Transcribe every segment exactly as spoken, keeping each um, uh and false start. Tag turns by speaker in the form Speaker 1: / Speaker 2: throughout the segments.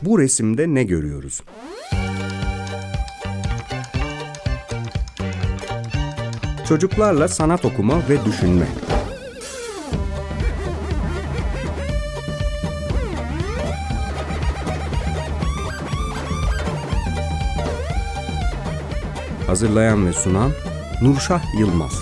Speaker 1: Bu resimde ne görüyoruz? Çocuklarla sanat okuma ve düşünme. Hazırlayan ve sunan Nurşah Yılmaz.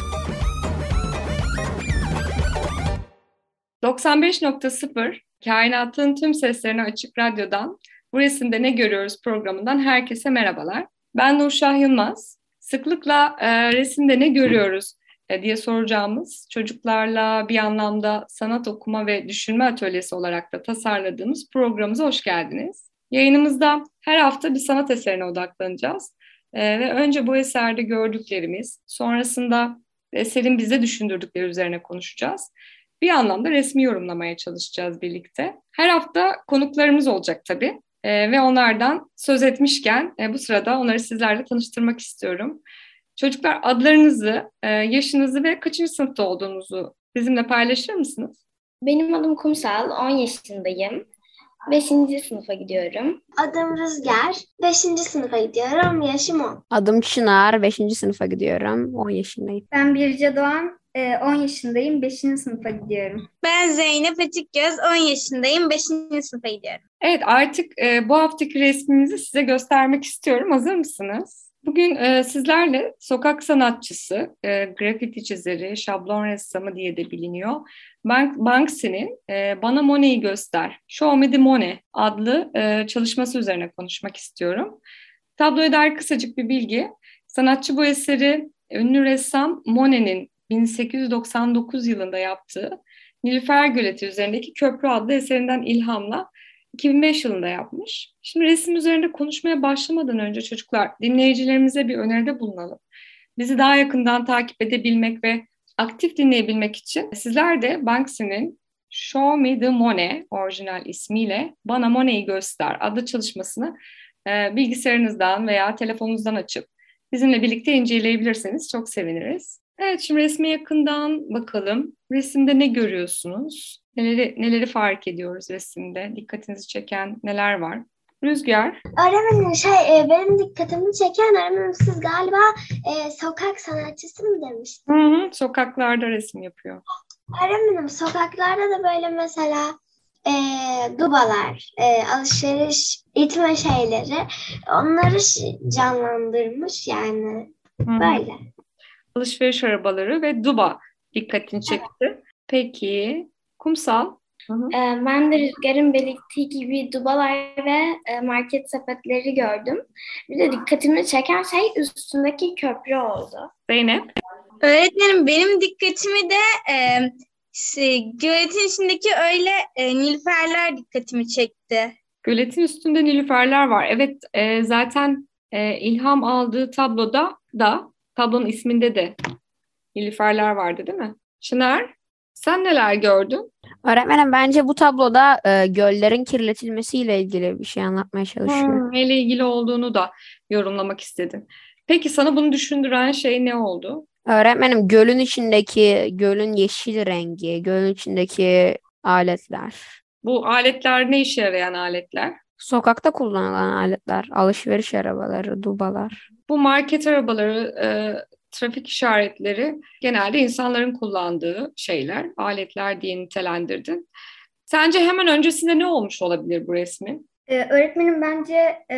Speaker 2: doksan beş nokta sıfır Kainatın Tüm Seslerine Açık Radyo'dan Bu Resimde Ne Görüyoruz programından herkese merhabalar. Ben Nurşah Yılmaz. Sıklıkla e, resimde ne görüyoruz e, diye soracağımız, çocuklarla bir anlamda sanat okuma ve düşünme atölyesi olarak da tasarladığımız programımıza hoş geldiniz. Yayınımızda her hafta bir sanat eserine odaklanacağız. E, ve önce bu eserde gördüklerimiz, sonrasında eserin bize düşündürdükleri üzerine konuşacağız. Bir anlamda resmi yorumlamaya çalışacağız birlikte. Her hafta konuklarımız olacak tabii ee, ve onlardan söz etmişken e, bu sırada onları sizlerle tanıştırmak istiyorum. Çocuklar, adlarınızı, e, yaşınızı ve kaçıncı sınıfta olduğunuzu bizimle paylaşır mısınız?
Speaker 3: Benim adım Kumsal, on yaşındayım. beşinci sınıfa gidiyorum.
Speaker 4: Adım Rüzgar, beşinci sınıfa gidiyorum, yaşım on.
Speaker 5: Adım Çınar, beşinci sınıfa gidiyorum, on yaşındayım.
Speaker 6: Ben Birce Doğan, on yaşındayım, beşinci sınıfa gidiyorum.
Speaker 7: Ben Zeynep Açıkgöz, on yaşındayım, beşinci sınıfa gidiyorum.
Speaker 2: Evet, artık e, bu haftaki resminizi size göstermek istiyorum. Hazır mısınız? Bugün e, sizlerle sokak sanatçısı, e, grafiti çizeri, şablon ressamı diye de biliniyor, Bank, Banksy'nin e, Bana Monet'i Göster, Show Me the Money adlı e, çalışması üzerine konuşmak istiyorum. Tabloya dair kısacık bir bilgi. Sanatçı bu eseri ünlü ressam Monet'in bin sekiz yüz doksan dokuz yılında yaptığı Nilüfer Göleti üzerindeki Köprü adlı eserinden ilhamla iki bin beş yılında yapmış. Şimdi resim üzerinde konuşmaya başlamadan önce çocuklar, dinleyicilerimize bir öneride bulunalım. Bizi daha yakından takip edebilmek ve aktif dinleyebilmek için sizler de Banksy'nin Show Me the Money orijinal ismiyle Bana Monet'i Göster adlı çalışmasını e, bilgisayarınızdan veya telefonunuzdan açıp bizimle birlikte inceleyebilirseniz çok seviniriz. Evet, şimdi resme yakından bakalım. Resimde ne görüyorsunuz? Neleri, neleri fark ediyoruz resimde? Dikkatinizi çeken neler var? Rüzgar?
Speaker 4: Öğretmenim, şey, e, benim dikkatimi çeken öğretmenim, siz galiba e, sokak sanatçısı mı demiştiniz?
Speaker 2: Hı hı, sokaklarda resim yapıyor.
Speaker 4: Öğretmenim, sokaklarda da böyle mesela e, dubalar, e, alışveriş, itme şeyleri, onları canlandırmış yani,
Speaker 2: Hı hı.
Speaker 4: böyle.
Speaker 2: Alışveriş arabaları ve duba dikkatini çekti. Peki, Kumsal?
Speaker 3: Hı hı. Ben de Rüzgar'ın belirttiği gibi dubalar ve market sepetleri gördüm. Bir de dikkatimi çeken şey üstündeki köprü oldu.
Speaker 2: Zeynep?
Speaker 7: Öğretmenim, benim dikkatimi de e, şey, göletin içindeki öyle e, nilüferler dikkatimi çekti.
Speaker 2: Göletin üstünde nilüferler var. Evet, e, zaten e, ilham aldığı tabloda da, tablonun isminde de nilüferler vardı değil mi? Çınar, sen neler gördün?
Speaker 5: Öğretmenim, bence bu tabloda e, göllerin kirletilmesiyle ilgili bir şey anlatmaya çalışıyor.
Speaker 2: Hmm, neyle ilgili olduğunu da yorumlamak istedin. Peki sana bunu düşündüren şey ne oldu?
Speaker 5: Öğretmenim, gölün içindeki, gölün yeşil rengi, gölün içindeki aletler.
Speaker 2: Bu aletler ne işe yarayan aletler?
Speaker 5: Sokakta kullanılan aletler, alışveriş arabaları, dubalar.
Speaker 2: Bu market arabaları, e, trafik işaretleri genelde insanların kullandığı şeyler, aletler diye nitelendirdin. Sence hemen öncesinde ne olmuş olabilir bu resmin?
Speaker 6: Ee, öğretmenim, bence e,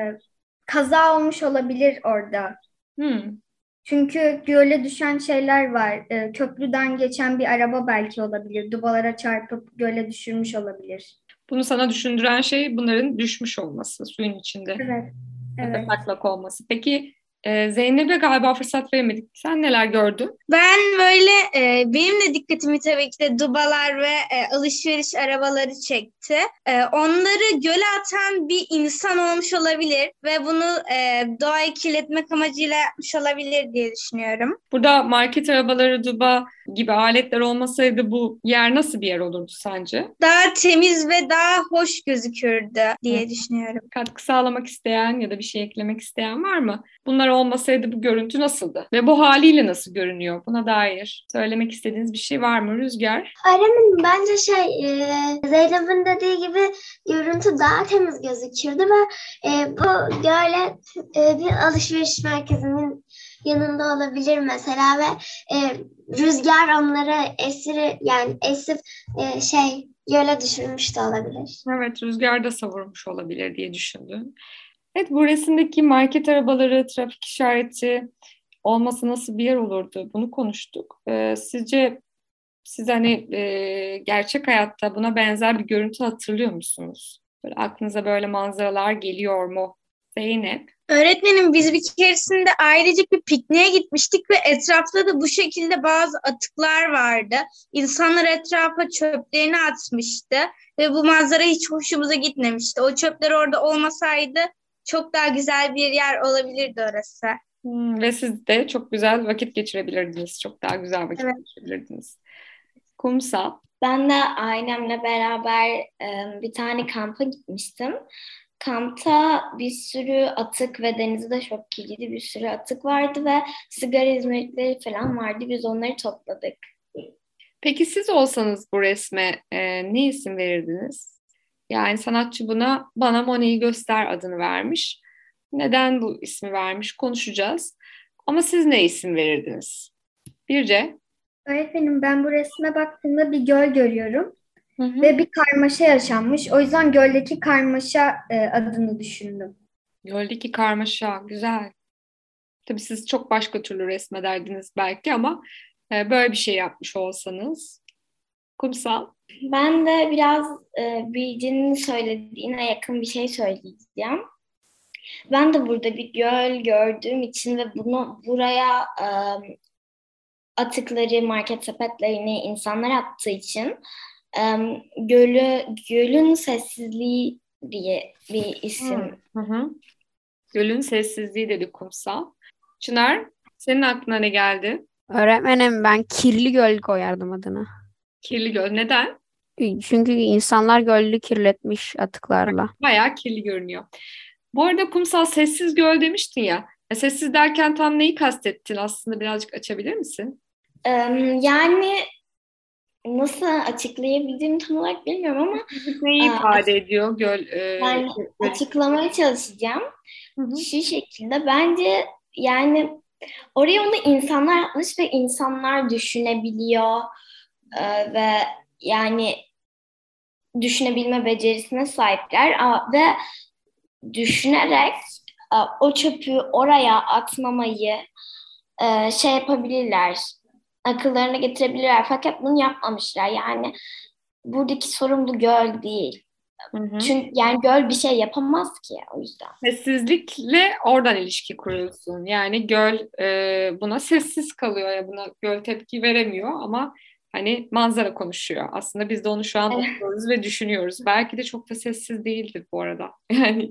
Speaker 6: kaza olmuş olabilir orada.
Speaker 2: Hmm.
Speaker 6: Çünkü göle düşen şeyler var. Ee, köprüden geçen bir araba belki olabilir. Dubalara çarpıp göle düşürmüş olabilir.
Speaker 2: Bunu sana düşündüren şey bunların düşmüş olması, suyun içinde.
Speaker 6: Evet. Evet.
Speaker 2: Taklak olması. Peki e, Zeynep'e galiba fırsat veremedik. Sen neler gördün?
Speaker 7: Ben böyle, e, benim de dikkatimi tabii ki de dubalar ve e, alışveriş arabaları çekti. E, onları göle atan bir insan olmuş olabilir ve bunu e, doğayı kirletmek amacıyla yapmış olabilir diye düşünüyorum.
Speaker 2: Burada market arabaları, duba gibi aletler olmasaydı bu yer nasıl bir yer olurdu sence?
Speaker 7: Daha temiz ve daha hoş gözükürdü diye Hı. düşünüyorum.
Speaker 2: Katkı sağlamak isteyen ya da bir şey eklemek isteyen var mı? Bunlar olmasaydı bu görüntü nasıldı? Ve bu haliyle nasıl görünüyor? Buna dair söylemek istediğiniz bir şey var mı Rüzgar?
Speaker 4: Öğretmenim bence şey e, Zeynep'in dediği gibi görüntü daha temiz gözükürdü ve e, bu gölet e, bir alışveriş merkezinin yanında olabilir mesela ve e, rüzgar onları esir yani esip e, şey göle düşürmüş de olabilir.
Speaker 2: Evet, rüzgar da savurmuş olabilir diye düşündüm. Evet, bu resimdeki market arabaları, trafik işareti olması nasıl bir yer olurdu? Bunu konuştuk. Ee, sizce siz hani e, gerçek hayatta buna benzer bir görüntü hatırlıyor musunuz? Böyle aklınıza böyle manzaralar geliyor mu? Zeynep.
Speaker 7: Öğretmenim biz bir keresinde ailecek bir pikniğe gitmiştik ve etrafta da bu şekilde bazı atıklar vardı. İnsanlar etrafa çöplerini atmıştı ve bu manzara hiç hoşumuza gitmemişti. O çöpler orada olmasaydı çok daha güzel bir yer olabilirdi orası.
Speaker 2: Hmm, ve siz de çok güzel vakit geçirebilirdiniz. Çok daha güzel vakit
Speaker 7: Evet.
Speaker 2: geçirebilirdiniz. Kumsal.
Speaker 3: Ben de ailemle beraber e, bir tane kampa gitmiştim. Kampta bir sürü atık ve denizi de çok kirliydi. Bir sürü atık vardı ve sigara izmaritleri falan vardı. Biz onları topladık.
Speaker 2: Peki siz olsanız bu resme e, ne isim verirdiniz? Yani sanatçı buna "Bana Monet'i Göster" adını vermiş. Neden bu ismi vermiş konuşacağız. Ama siz ne isim verirdiniz? Birce.
Speaker 6: Öğretmenim ben bu resme baktığımda bir göl görüyorum
Speaker 2: Hı hı.
Speaker 6: ve bir karmaşa yaşanmış. O yüzden göldeki karmaşa e, adını düşündüm.
Speaker 2: Göldeki karmaşa, güzel. Tabii siz çok başka türlü resmederdiniz belki ama e, böyle bir şey yapmış olsanız. Kumsal.
Speaker 3: Ben de biraz e, Bilge'nin söylediğine yakın bir şey söyleyeceğim. Ben de burada bir göl gördüğüm için ve bunu buraya e, atıkları, market sepetlerini insanlar attığı için e, gölü, gölün sessizliği diye bir isim.
Speaker 2: Hı hı. Gölün sessizliği dedi Kumsal. Çınar, senin aklına ne geldi?
Speaker 5: Öğretmenim ben kirli göl koyardım adını.
Speaker 2: Kirli göl. Neden?
Speaker 5: Çünkü insanlar gölü kirletmiş atıklarla.
Speaker 2: Bayağı kirli görünüyor. Bu arada Kumsal sessiz göl demiştin ya. Ya sessiz derken tam neyi kastettin aslında birazcık açabilir misin?
Speaker 3: E, yani nasıl açıklayabildiğimi tam olarak bilmiyorum ama
Speaker 2: Neyi
Speaker 3: Aa,
Speaker 2: ifade ediyor göl? E,
Speaker 3: yani
Speaker 2: göl-
Speaker 3: açıklamaya çalışacağım.
Speaker 2: Hı hı.
Speaker 3: Şu şekilde bence yani oraya onu insanlar yapmış ve insanlar düşünebiliyor Ee, ve yani düşünebilme becerisine sahipler Aa, ve düşünerek e, o çöpü oraya atmamayı e, şey yapabilirler, akıllarına getirebilirler fakat bunu yapmamışlar. Yani buradaki sorumlu göl değil.
Speaker 2: Hı hı.
Speaker 3: Çünkü yani göl bir şey yapamaz ki o yüzden.
Speaker 2: Sessizlikle oradan ilişki kuruyorsun. Yani göl e, buna sessiz kalıyor. Ya buna göl tepki veremiyor ama hani manzara konuşuyor. Aslında biz de onu şu an
Speaker 3: Evet.
Speaker 2: okuyoruz ve düşünüyoruz. Belki de çok da sessiz değildir bu arada. Yani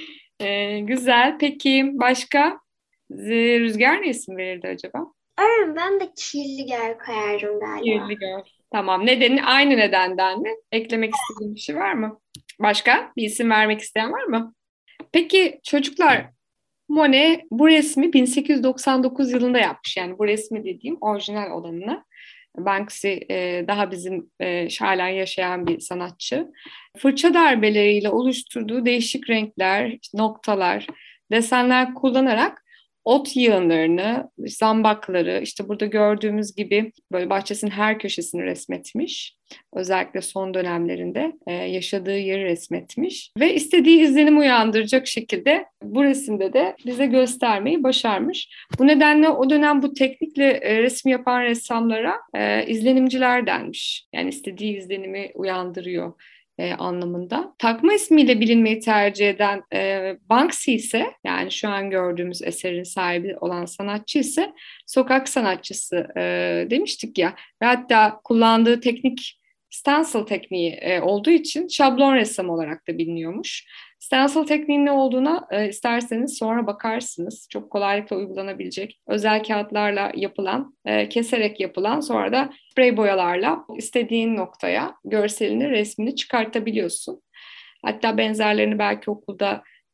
Speaker 2: e, güzel. Peki başka? Z- Rüzgar ne isim verirdi acaba?
Speaker 4: Evet, ben de kirli göl koyarım galiba.
Speaker 2: Kirli göl. Tamam. Nedeni aynı nedenden mi? Eklemek istediğin bir şey var mı? Başka bir isim vermek isteyen var mı? Peki çocuklar, Monet bu resmi bin sekiz yüz doksan dokuz yılında yapmış. Yani bu resmi dediğim orijinal olanını. Banksy e, daha bizim e, hala yaşayan bir sanatçı. Fırça darbeleriyle oluşturduğu değişik renkler, noktalar, desenler kullanarak ot yığınlarını, zambakları, işte burada gördüğümüz gibi böyle bahçesinin her köşesini resmetmiş. Özellikle son dönemlerinde e, yaşadığı yeri resmetmiş. Ve istediği izlenimi uyandıracak şekilde bu resimde de bize göstermeyi başarmış. Bu nedenle o dönem bu teknikle e, resim yapan ressamlara e, izlenimciler denmiş. Yani istediği izlenimi uyandırıyor e, anlamında. Takma ismiyle bilinmeyi tercih eden e, Banksy ise, yani şu an gördüğümüz eserin sahibi olan sanatçı ise sokak sanatçısı e, demiştik ya. Ve hatta kullandığı teknik stencil tekniği e, olduğu için şablon ressam olarak da biliniyormuş. Stencil tekniğinin ne olduğuna e, isterseniz sonra bakarsınız. Çok kolaylıkla uygulanabilecek özel kağıtlarla yapılan, e, keserek yapılan, sonra da sprey boyalarla istediğin noktaya görselini, resmini çıkartabiliyorsun. Hatta benzerlerini belki okulda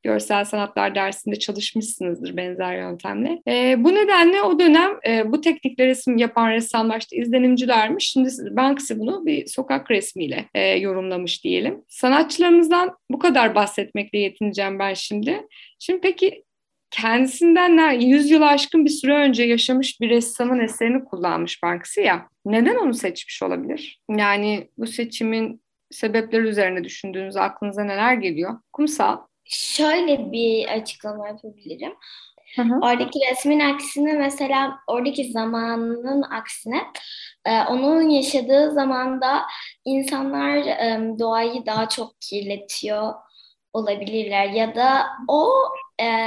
Speaker 2: görsel sanatlar dersinde çalışmışsınızdır benzer yöntemle. E, bu nedenle o dönem e, bu teknikle resim yapan ressamlar işte izlenimcilermiş. Şimdi Banksy bunu bir sokak resmiyle e, yorumlamış diyelim. Sanatçılarımızdan bu kadar bahsetmekle yetineceğim ben şimdi. Şimdi peki kendisinden yüz yılı aşkın bir süre önce yaşamış bir ressamın eserini kullanmış Banksy ya. Neden onu seçmiş olabilir? Yani bu seçimin sebepleri üzerine düşündüğünüz aklınıza neler geliyor? Kumsal.
Speaker 3: Şöyle bir açıklama yapabilirim.
Speaker 2: Hı hı.
Speaker 3: Oradaki resmin aksine mesela oradaki zamanın aksine e, onun yaşadığı zamanda insanlar e, doğayı daha çok kirletiyor olabilirler ya da o e,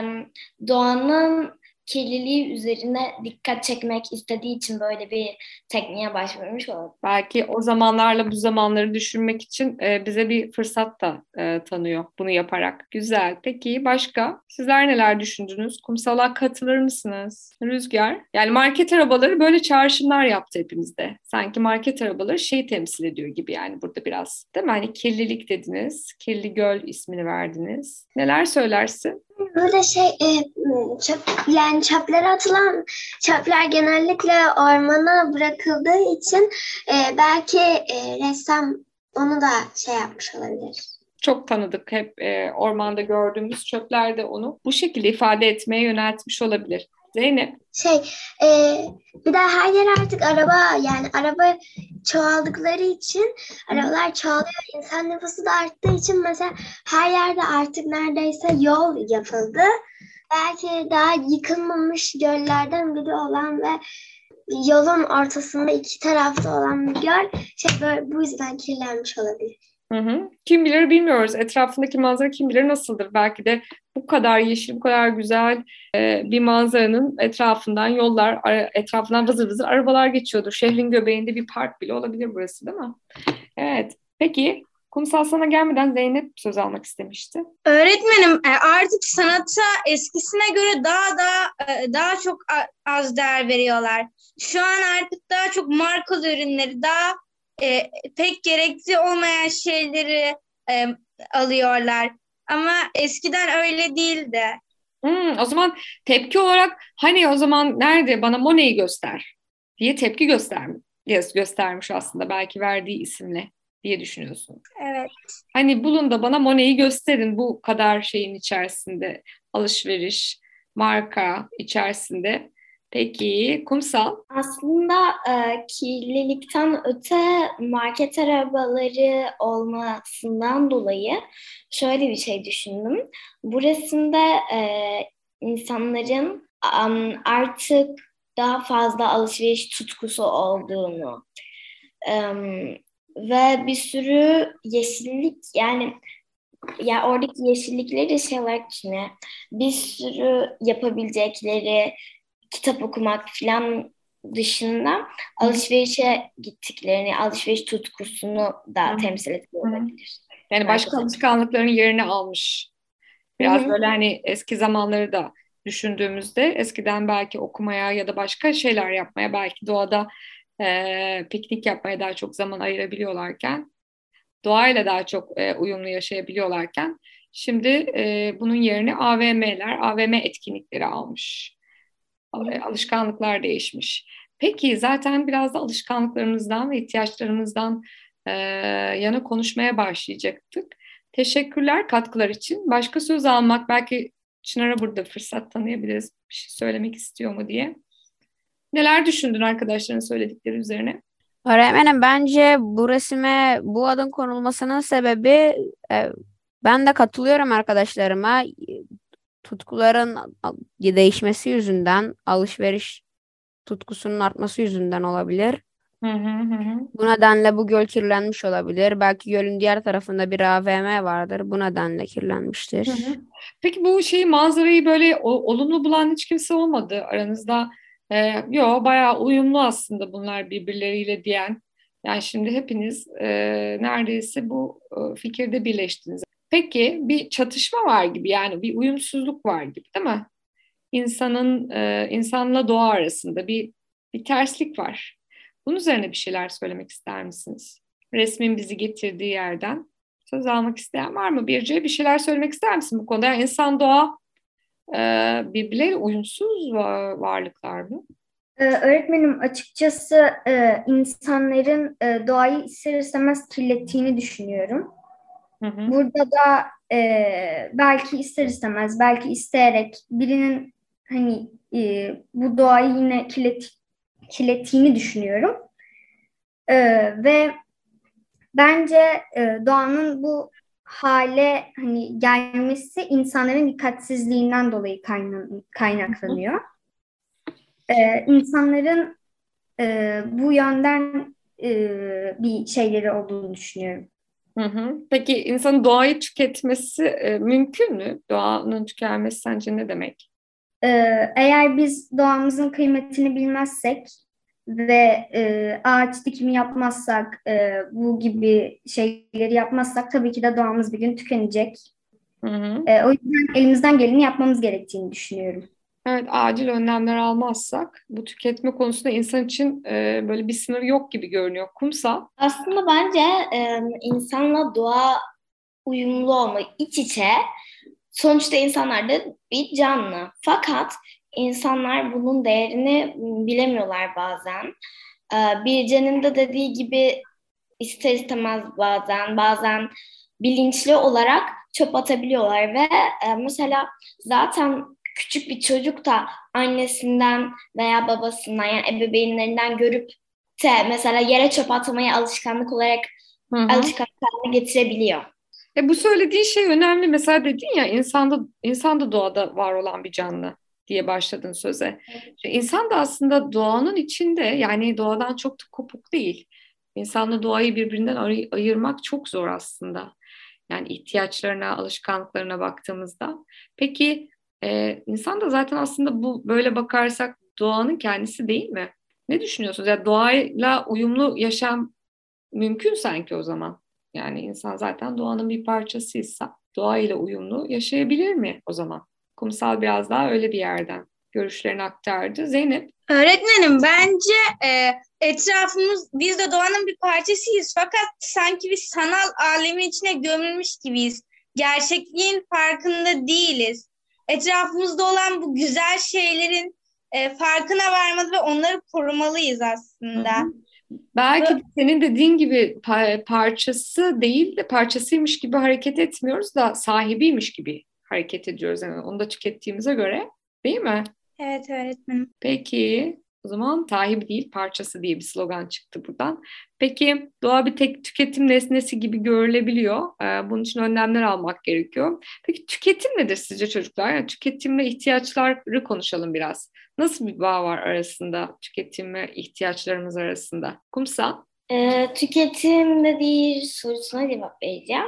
Speaker 3: doğanın kirliliği üzerine dikkat çekmek istediği için böyle bir tekniğe başvurmuş olabilir.
Speaker 2: Belki o zamanlarla bu zamanları düşünmek için e, bize bir fırsat da e, tanıyor bunu yaparak. Güzel. Peki başka? Sizler neler düşündünüz? Kumsal'a katılır mısınız? Rüzgar. Yani market arabaları böyle çağrışımlar yaptı hepimizde. Sanki market arabaları şeyi temsil ediyor gibi yani burada biraz. Değil mi? Hani kirlilik dediniz. Kirli Göl ismini verdiniz. Neler söylersin?
Speaker 4: Böyle şey e, çöp, yani çöplere atılan çöpler genellikle ormana bırakıldığı için e, belki e, ressam onu da şey yapmış olabilir.
Speaker 2: Çok tanıdık hep e, ormanda gördüğümüz çöpler de onu bu şekilde ifade etmeye yöneltmiş olabilir. Zeynep.
Speaker 4: Şey e, bir de her yer artık araba yani araba çoğaldıkları için arabalar çoğalıyor. İnsan nüfusu da arttığı için mesela her yerde artık neredeyse yol yapıldı. Belki daha yıkılmamış göllerden biri olan ve yolun ortasında iki tarafta olan bir göl şey böyle bu yüzden kirlenmiş olabilir.
Speaker 2: Hı hı. Kim bilir bilmiyoruz. Etrafındaki manzara kim bilir nasıldır. Belki de bu kadar yeşil, bu kadar güzel e, bir manzaranın etrafından yollar, ara, etrafından vızır vızır arabalar geçiyordur. Şehrin göbeğinde bir park bile olabilir burası, değil mi? Evet. Peki, Kumsal sana gelmeden Zeynep söz almak istemişti.
Speaker 7: Öğretmenim e, artık sanata eskisine göre daha da e, daha çok a- az değer veriyorlar. Şu an artık daha çok markalı ürünleri, daha e, pek gerekli olmayan şeyleri e, alıyorlar. Ama eskiden öyle değildi.
Speaker 2: Hmm, o zaman tepki olarak hani o zaman nerede bana Monet'i göster diye tepki göstermiş, göstermiş aslında belki verdiği isimle diye düşünüyorsun.
Speaker 7: Evet.
Speaker 2: Hani bulun da bana Monet'i gösterin bu kadar şeyin içerisinde alışveriş, marka içerisinde. Peki Kumsal?
Speaker 3: Aslında e, kirlilikten öte market arabaları olmasından dolayı şöyle bir şey düşündüm. Bu resimde e, insanların um, artık daha fazla alışveriş tutkusu olduğunu um, ve bir sürü yeşillik yani ya oradaki yeşillikleri de şey olarak düşünüyor. Bir sürü yapabilecekleri kitap okumak falan dışında alışverişe gittiklerini, alışveriş tutkusunu da
Speaker 2: Hı.
Speaker 3: temsil ediyor olabilir.
Speaker 2: Yani başka alışkanlıkların yerini almış. Biraz Hı-hı. böyle hani eski zamanları da düşündüğümüzde eskiden belki okumaya ya da başka şeyler yapmaya belki doğada e, piknik yapmaya daha çok zaman ayırabiliyorlarken doğayla daha çok e, uyumlu yaşayabiliyorlarken şimdi e, bunun yerini A V M'ler, A V M etkinlikleri almış. E, alışkanlıklar değişmiş. Peki zaten biraz da alışkanlıklarımızdan ve ihtiyaçlarımızdan e, yana konuşmaya başlayacaktık. Teşekkürler katkılar için. Başka söz almak belki Çınar'a burada fırsat tanıyabiliriz. Bir şey söylemek istiyor mu diye. Neler düşündün arkadaşların söyledikleri üzerine?
Speaker 5: Öğretmenim bence bu resime bu adın konulmasının sebebi e, ben de katılıyorum arkadaşlarıma. Tutkuların değişmesi yüzünden, alışveriş tutkusunun artması yüzünden olabilir.
Speaker 2: Hı hı hı.
Speaker 5: Bu nedenle bu göl kirlenmiş olabilir. Belki gölün diğer tarafında bir A V M vardır. Bu nedenle kirlenmiştir.
Speaker 2: Hı hı. Peki bu şeyi manzarayı böyle o, olumlu bulan hiç kimse olmadı aranızda? Ee, yo bayağı uyumlu aslında bunlar birbirleriyle diyen. Yani şimdi hepiniz e, neredeyse bu e, fikirde birleştiniz. Peki bir çatışma var gibi yani bir uyumsuzluk var gibi değil mi? İnsanın e, insanla doğa arasında bir bir terslik var. Bunun üzerine bir şeyler söylemek ister misiniz? Resmin bizi getirdiği yerden Söz almak isteyen var mı? Birce bir şeyler söylemek ister misin bu konuda? Yani insan doğa e, birbirleriyle uyumsuz va- varlıklar mı?
Speaker 6: Ee, öğretmenim açıkçası e, insanların e, doğayı ister istemez kirlettiğini düşünüyorum.
Speaker 2: Hı hı.
Speaker 6: Burada da e, belki ister istemez, belki isteyerek birinin hani e, bu doğayı yine kirlet, kirlettiğini düşünüyorum. E, ve bence e, doğanın bu hale hani gelmesi insanların dikkatsizliğinden dolayı kayna- kaynaklanıyor. E, insanların e, bu yönden e, bir şeyleri olduğunu düşünüyorum.
Speaker 2: Hı hı. Peki insanın doğayı tüketmesi e, mümkün mü? Doğanın tükenmesi sence ne demek?
Speaker 6: E, Eğer biz doğamızın kıymetini bilmezsek ve e, ağaç dikimi yapmazsak, e, bu gibi şeyleri yapmazsak tabii ki de doğamız bir gün tükenecek.
Speaker 2: Hı hı.
Speaker 6: E, o yüzden elimizden geleni yapmamız gerektiğini düşünüyorum.
Speaker 2: Evet, acil önlemler almazsak bu tüketme konusunda insan için e, böyle bir sınır yok gibi görünüyor. Kumsal.
Speaker 3: Aslında bence e, insanla doğa uyumlu olma, iç içe. Sonuçta insanlar da bir canlı. Fakat insanlar bunun değerini bilemiyorlar bazen. Ee, Birce'nin de dediği gibi ister istemez bazen, bazen bilinçli olarak çöp atabiliyorlar ve e, mesela zaten küçük bir çocuk da annesinden veya babasından yani ebeveynlerinden görüp de mesela yere çöp atmayı alışkanlık olarak
Speaker 2: Hı hı.
Speaker 3: alışkanlık haline getirebiliyor.
Speaker 2: E bu söylediğin şey önemli. Mesela dedin ya insanda insan da doğada var olan bir canlı diye başladın söze. İşte İnsan da aslında doğanın içinde yani doğadan çok da kopuk değil. İnsanla doğayı birbirinden ay- ayırmak çok zor aslında. Yani ihtiyaçlarına, alışkanlıklarına baktığımızda. Peki e, insan da zaten aslında bu böyle bakarsak doğanın kendisi değil mi? Ne düşünüyorsunuz? Ya doğayla uyumlu yaşam mümkün sanki o zaman. Yani insan zaten doğanın bir parçasıysa doğayla uyumlu yaşayabilir mi o zaman? Kumsal biraz daha öyle bir yerden görüşlerini aktardı. Zeynep.
Speaker 7: Öğretmenim bence e, etrafımız biz de doğanın bir parçasıyız fakat sanki bir sanal alemin içine gömülmüş gibiyiz. Gerçekliğin farkında değiliz. Etrafımızda olan bu güzel şeylerin e, farkına varmalı ve onları korumalıyız
Speaker 2: Hı
Speaker 7: aslında.
Speaker 2: hı. Belki de senin dediğin gibi pa- parçası değil de parçasıymış gibi hareket etmiyoruz da sahibiymiş gibi hareket ediyoruz. Yani onu da tükettiğimize göre değil mi?
Speaker 7: Evet öğretmenim.
Speaker 2: Peki o zaman sahibi değil parçası diye bir slogan çıktı buradan. Peki doğa bir tek tüketim nesnesi gibi görülebiliyor. Ee, bunun için önlemler almak gerekiyor. Peki tüketim nedir sizce çocuklar? Yani tüketim ve ihtiyaçları konuşalım biraz. Nasıl bir bağ var arasında tüketim ve ihtiyaçlarımız arasında? Kumsal.
Speaker 3: Ee, tüketim dediği sorusuna cevap vereceğim.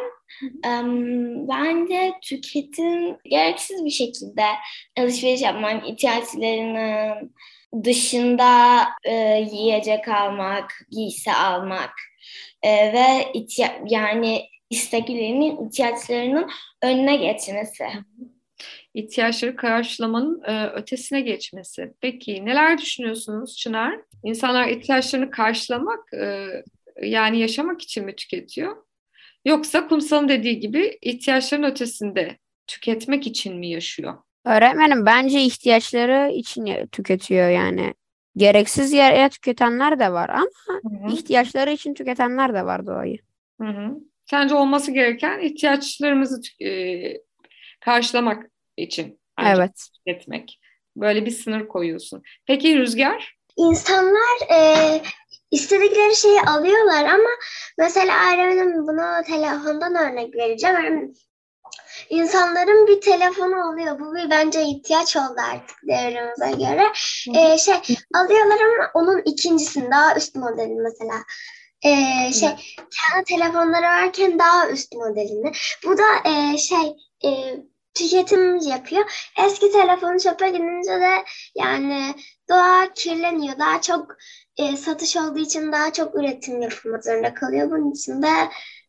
Speaker 3: Em, bence tüketim gereksiz bir şekilde alışveriş yapmak, ihtiyaçlarının dışında e, yiyecek almak, giysi almak e, ve ihtiya- yani isteklerinin ihtiyaçlarının önüne geçmesi.
Speaker 2: İhtiyaçları karşılamanın e, ötesine geçmesi. Peki neler düşünüyorsunuz Çınar? İnsanlar ihtiyaçlarını karşılamak e, yani yaşamak için mi tüketiyor? Yoksa Kumsal'ın dediği gibi ihtiyaçların ötesinde tüketmek için mi yaşıyor?
Speaker 5: Öğretmenim bence ihtiyaçları için ya- tüketiyor yani. Gereksiz yere tüketenler de var ama
Speaker 2: Hı hı.
Speaker 5: ihtiyaçları için tüketenler de var doğayı.
Speaker 2: Hı hı. Sence olması gereken ihtiyaçlarımızı tü- e, karşılamak için ancak
Speaker 5: Evet.
Speaker 2: tüketmek. Böyle bir sınır koyuyorsun. Peki Rüzgar?
Speaker 4: İnsanlar e, istedikleri şeyi alıyorlar ama mesela öğretmenim buna telefondan örnek vereceğim. İnsanların bir telefonu oluyor. Bu bir bence ihtiyaç oldu artık devrimize göre. E, şey alıyorlar ama onun ikincisini daha üst modeli mesela. E, şey kendi telefonları varken daha üst modelini. Bu da e, şey e, tüketim yapıyor. Eski telefonu çöpe gidince de yani doğa kirleniyor. Daha çok e, satış olduğu için daha çok üretim yapılmak zorunda kalıyor. Bunun için de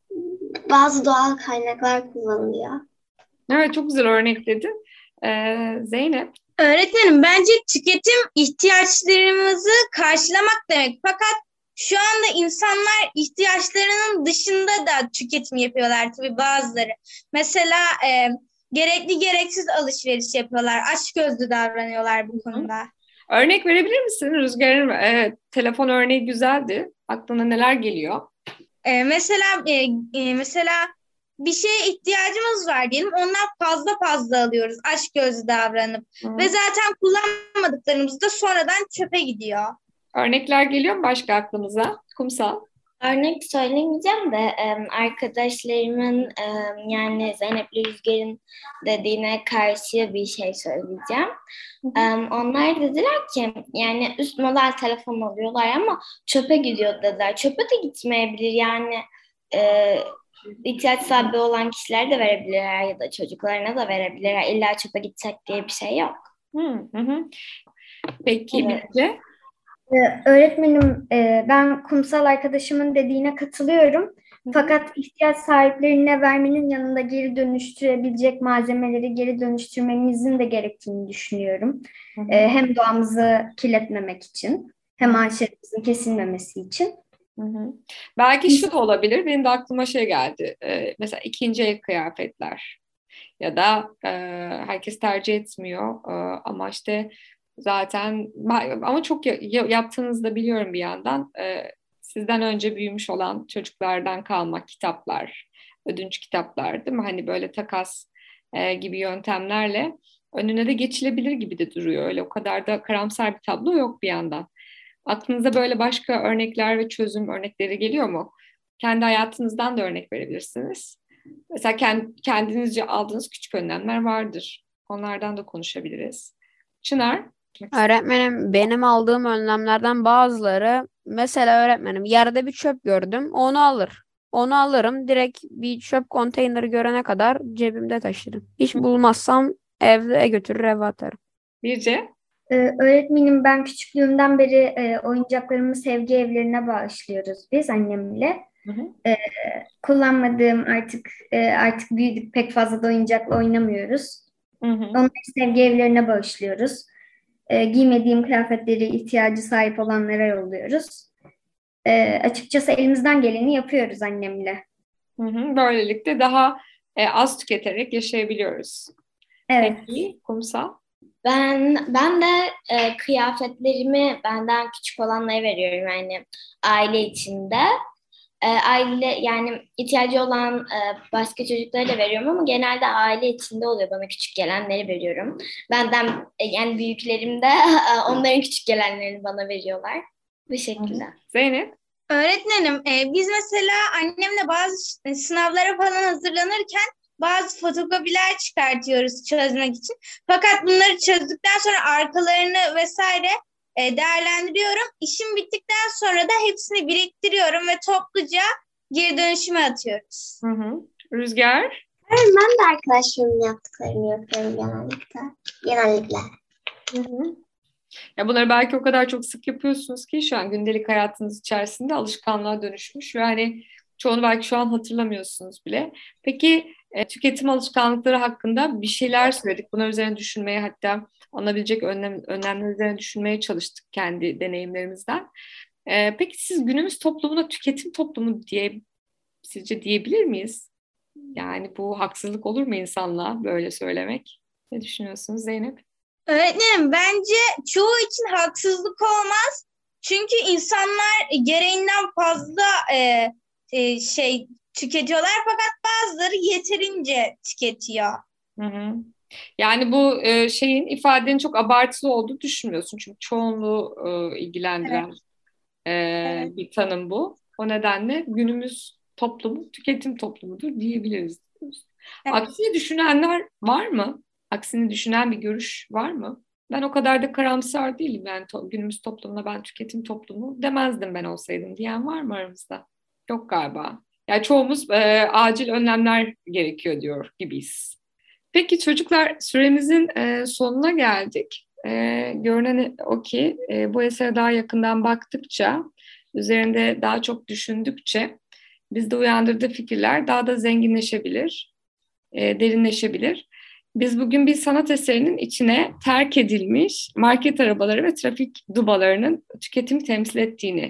Speaker 4: bazı doğal kaynaklar kullanılıyor.
Speaker 2: Evet çok güzel örnekledin. Ee, Zeynep?
Speaker 7: Öğretmenim bence tüketim ihtiyaçlarımızı karşılamak demek. Fakat Şu anda insanlar ihtiyaçlarının dışında da tüketim yapıyorlar tabii bazıları. Mesela e, gerekli gereksiz alışveriş yapıyorlar. Açgözlü davranıyorlar bu konuda.
Speaker 2: Örnek verebilir misin? Rüzgar'ın e, telefon örneği güzeldi. Aklına neler geliyor?
Speaker 7: E, mesela e, e, mesela bir şeye ihtiyacımız var diyelim. Ondan fazla fazla alıyoruz. Açgözlü davranıp.
Speaker 2: Hı.
Speaker 7: Ve zaten kullanmadıklarımız da sonradan çöpe gidiyor.
Speaker 2: Örnekler geliyor mu başka aklımıza? Kumsal.
Speaker 3: Örnek söylemeyeceğim de em, arkadaşlarımın em, yani Zeynep'le Rüzgar'ın dediğine karşı bir şey söyleyeceğim. Em, onlar dediler ki yani üst model telefon alıyorlar ama çöpe gidiyor dediler. Çöpe de gitmeyebilir yani e, ihtiyaç sahibi olan kişiler de verebilirler ya da çocuklarına da verebilirler. İlla çöpe gidecek diye bir şey yok.
Speaker 2: Hı hı. hı. Peki
Speaker 3: Evet.
Speaker 2: Bilge?
Speaker 6: Ee, Öğretmenim, e, ben kumsal arkadaşımın dediğine katılıyorum. Fakat ihtiyaç sahiplerine vermenin yanında geri dönüştürebilecek malzemeleri geri dönüştürmemizin de gerektiğini düşünüyorum.
Speaker 2: Hı hı.
Speaker 6: Ee, hem doğamızı kirletmemek için, hem ağaçlarımızın kesilmemesi için.
Speaker 2: Hı hı. Belki şu da olabilir. Benim de aklıma şey geldi. Ee, mesela ikinci el kıyafetler ya da e, herkes tercih etmiyor. E, ama işte zaten ama çok ya, yaptığınızı da biliyorum bir yandan. E, sizden önce büyümüş olan çocuklardan kalma kitaplar, ödünç kitaplar değil mi? Hani böyle takas e, gibi yöntemlerle önüne de geçilebilir gibi de duruyor. Öyle o kadar da karamsar bir tablo yok bir yandan. Aklınıza böyle başka örnekler ve çözüm örnekleri geliyor mu? Kendi hayatınızdan da örnek verebilirsiniz. Mesela kendinizce aldığınız küçük önlemler vardır. Onlardan da konuşabiliriz. Çınar?
Speaker 5: Öğretmenim, benim aldığım önlemlerden bazıları, mesela öğretmenim yerde bir çöp gördüm, onu alır. Onu alırım, direkt bir çöp konteyneri görene kadar cebimde taşırım. Hiç bulmazsam evde götürür eve atarım.
Speaker 2: Birce?
Speaker 6: Ee, öğretmenim, ben küçüklüğümden beri e, oyuncaklarımı sevgi evlerine bağışlıyoruz biz annemle.
Speaker 2: Hı hı.
Speaker 6: Ee, kullanmadığım artık e, artık büyüdük, pek fazla da oyuncakla oynamıyoruz.
Speaker 2: Hı hı.
Speaker 6: Onları sevgi evlerine bağışlıyoruz. Ee, giymediğim kıyafetleri ihtiyacı sahip olanlara yolluyoruz. Ee, açıkçası elimizden geleni yapıyoruz annemle.
Speaker 2: Hı hı. Böylelikle daha e, az tüketerek yaşayabiliyoruz.
Speaker 6: Evet.
Speaker 2: Peki, Kumsal?
Speaker 3: Ben ben de e, kıyafetlerimi benden küçük olanlara veriyorum yani aile içinde. E, aile yani ihtiyacı olan e, başka çocuklara da veriyorum ama genelde aile içinde oluyor, bana küçük gelenleri veriyorum. Benden e, yani büyüklerim de e, onların küçük gelenlerini bana veriyorlar. Bu şekilde.
Speaker 2: Zeynep?
Speaker 7: Öğretmenim, e, biz mesela annemle bazı ş- sınavlara falan hazırlanırken bazı fotokopiler çıkartıyoruz çözmek için. Fakat bunları çözdükten sonra arkalarını vesaire e, değerlendiriyorum. İşim bittikten sonra da hepsini biriktiriyorum ve topluca geri dönüşüme atıyoruz.
Speaker 2: Hı hı. Rüzgar?
Speaker 4: Evet, ben de arkadaşlarımın yaptıklarını yapıyorum genellikle. Genellikle.
Speaker 2: Hı hı. Ya bunları belki o kadar çok sık yapıyorsunuz ki şu an gündelik hayatınız içerisinde alışkanlığa dönüşmüş ve hani çoğunu belki şu an hatırlamıyorsunuz bile. Peki e, tüketim alışkanlıkları hakkında bir şeyler söyledik. Bunlar üzerine düşünmeye, hatta alınabilecek önlem, önlemler üzerine düşünmeye çalıştık kendi deneyimlerimizden. E, peki siz günümüz toplumuna tüketim toplumu diye sizce diyebilir miyiz? Yani bu haksızlık olur mu insanlığa böyle söylemek? Ne düşünüyorsunuz Zeynep?
Speaker 7: Öğretmenim, bence çoğu için haksızlık olmaz. Çünkü insanlar gereğinden fazla e, e, şey tüketiyorlar fakat bazıları yeterince tüketiyor.
Speaker 2: Hı hı. Yani bu e, şeyin ifadenin çok abartılı olduğunu düşünmüyorsun. Çünkü çoğunluğu e, ilgilendiren e,
Speaker 7: Evet.
Speaker 2: bir tanım bu. O nedenle günümüz toplumu tüketim toplumudur diyebiliriz.
Speaker 7: Evet.
Speaker 2: Aksini düşünenler var mı? Aksini düşünen bir görüş var mı? Ben o kadar da karamsar değilim. Yani to- günümüz toplumuna ben tüketim toplumu demezdim ben olsaydım diyen var mı aramızda? Yok galiba. Yani çoğumuz e, acil önlemler gerekiyor diyor gibiyiz. Peki çocuklar, süremizin e, sonuna geldik. E, görünen o ki e, bu esere daha yakından baktıkça, üzerinde daha çok düşündükçe bizde uyandırdığı fikirler daha da zenginleşebilir, e, derinleşebilir. Biz bugün bir sanat eserinin içine terk edilmiş market arabaları ve trafik dubalarının tüketimi temsil ettiğini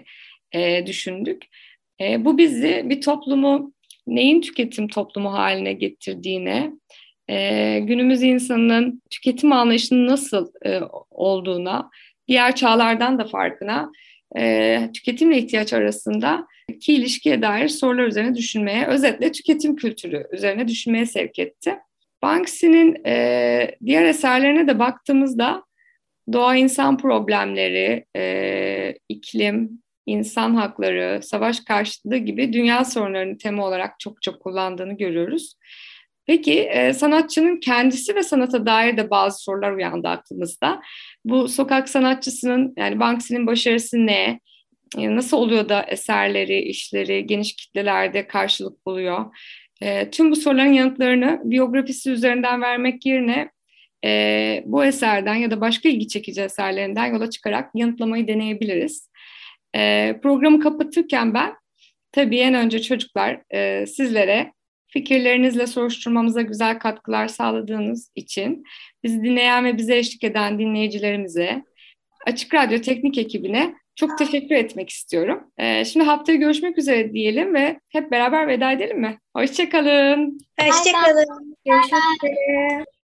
Speaker 2: e, düşündük. E, bu bizi bir toplumu neyin tüketim toplumu haline getirdiğine, e, günümüz insanının tüketim anlayışının nasıl e, olduğuna, diğer çağlardan da farkına, e, tüketimle ihtiyaç arasındaki ilişkiye dair sorular üzerine düşünmeye, özetle tüketim kültürü üzerine düşünmeye sevk etti. Banksy'nin e, diğer eserlerine de baktığımızda doğa insan problemleri, e, iklim, insan hakları, savaş karşıtlığı gibi dünya sorunlarını tema olarak çok çok kullandığını görüyoruz. Peki e, sanatçının kendisi ve sanata dair de bazı sorular uyandı aklımızda. Bu sokak sanatçısının, yani Banksy'nin başarısı ne? E, nasıl oluyor da eserleri, işleri geniş kitlelerde karşılık buluyor? E, tüm bu soruların yanıtlarını biyografisi üzerinden vermek yerine e, bu eserden ya da başka ilgi çekici eserlerinden yola çıkarak yanıtlamayı deneyebiliriz. E, programı kapatırken ben tabii en önce çocuklar e, sizlere fikirlerinizle soruşturmamıza güzel katkılar sağladığınız için bizi dinleyen ve bize eşlik eden dinleyicilerimize, Açık Radyo teknik ekibine çok teşekkür etmek istiyorum. E, şimdi haftaya görüşmek üzere diyelim ve hep beraber veda edelim mi? Hoşça kalın.
Speaker 7: Hoşçakalın.
Speaker 6: Görüşmek üzere.